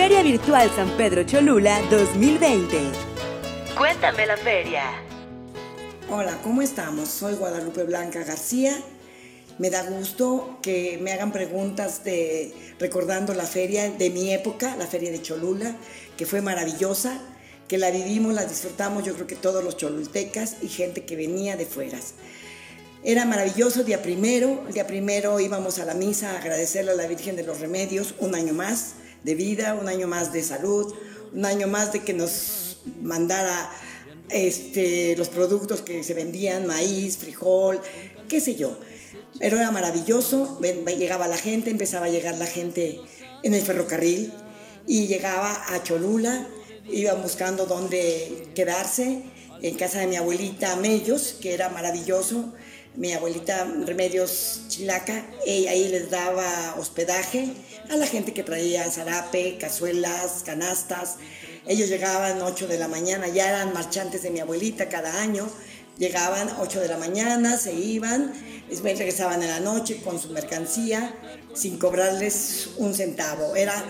Feria Virtual San Pedro Cholula 2020. Cuéntame la feria. Hola, ¿cómo estamos? Soy Guadalupe Blanca García. Me da gusto que me hagan preguntas recordando la feria de mi época, la feria de Cholula, que fue maravillosa, que la vivimos, la disfrutamos, yo creo que todos los cholultecas y gente que venía de fueras. Era maravilloso. El día primero íbamos a la misa a agradecerle a la Virgen de los Remedios un año más de vida, un año más de salud, un año más de que nos mandara los productos que se vendían, maíz, frijol, qué sé yo. Pero era maravilloso. Llegaba la gente, empezaba a llegar la gente en el ferrocarril y llegaba a Cholula, iban buscando dónde quedarse, en casa de mi abuelita Mellos, que era maravilloso. Mi abuelita Remedios Chilaca, ahí les daba hospedaje a la gente que traía zarape, cazuelas, canastas. Ellos llegaban 8 de la mañana, ya eran marchantes de mi abuelita cada año. Llegaban 8 de la mañana, se iban, después regresaban en la noche con su mercancía sin cobrarles un centavo. Era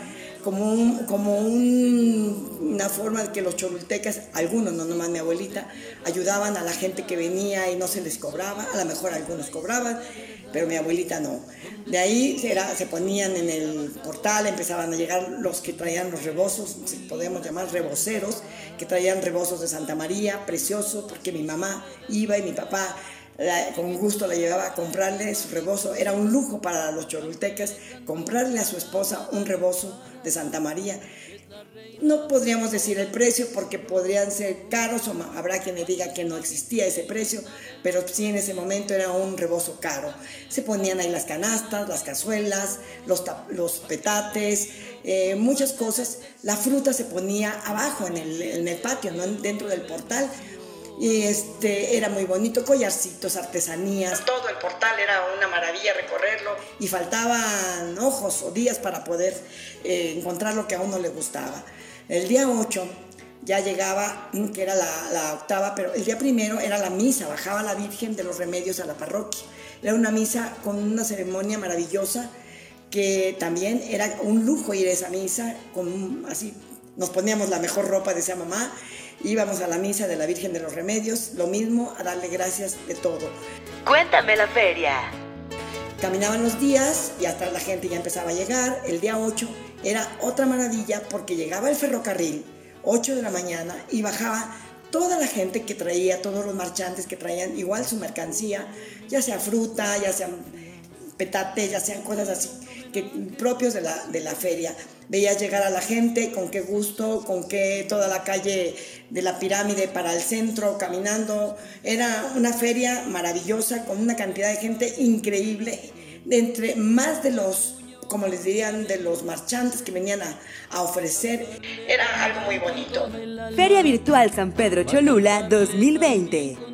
una forma de que los cholultecas, algunos, no nomás mi abuelita, ayudaban a la gente que venía y no se les cobraba. A lo mejor algunos cobraban, pero mi abuelita no. De ahí se ponían en el portal, empezaban a llegar los que traían los rebozos, podemos llamar reboceros, que traían rebozos de Santa María, preciosos, porque mi mamá iba y mi papá con gusto la llevaba a comprarle su rebozo. Era un lujo para los cholultecas comprarle a su esposa un rebozo de Santa María. No podríamos decir el precio porque podrían ser caros, o habrá quien me diga que no existía ese precio, pero sí, en ese momento era un rebozo caro. Se ponían ahí las canastas, las cazuelas, los petates, muchas cosas. La fruta se ponía abajo en el patio, no dentro del portal. Y era muy bonito, collarcitos, artesanías, todo el portal era una maravilla recorrerlo, y faltaban ojos o días para poder encontrar lo que a uno le gustaba. El día 8 ya llegaba, que era la octava, pero el día primero era la misa, bajaba la Virgen de los Remedios a la parroquia. Era una misa con una ceremonia maravillosa, que también era un lujo ir a esa misa, así nos poníamos la mejor ropa, decía mamá. Íbamos a la misa de la Virgen de los Remedios, lo mismo, a darle gracias de todo. Cuéntame la feria. Caminaban los días y hasta la gente ya empezaba a llegar. El día 8 era otra maravilla porque llegaba el ferrocarril, 8 de la mañana, y bajaba toda la gente que traía, todos los marchantes que traían igual su mercancía, ya sea fruta, ya sean petates, ya sean cosas así, propios de la feria. Veías llegar a la gente, con qué gusto, con qué toda la calle de la pirámide para el centro, caminando. Era una feria maravillosa, con una cantidad de gente increíble, entre más de los, como les dirían, de los marchantes que venían a ofrecer. Era algo muy bonito. Feria Virtual San Pedro Cholula 2020.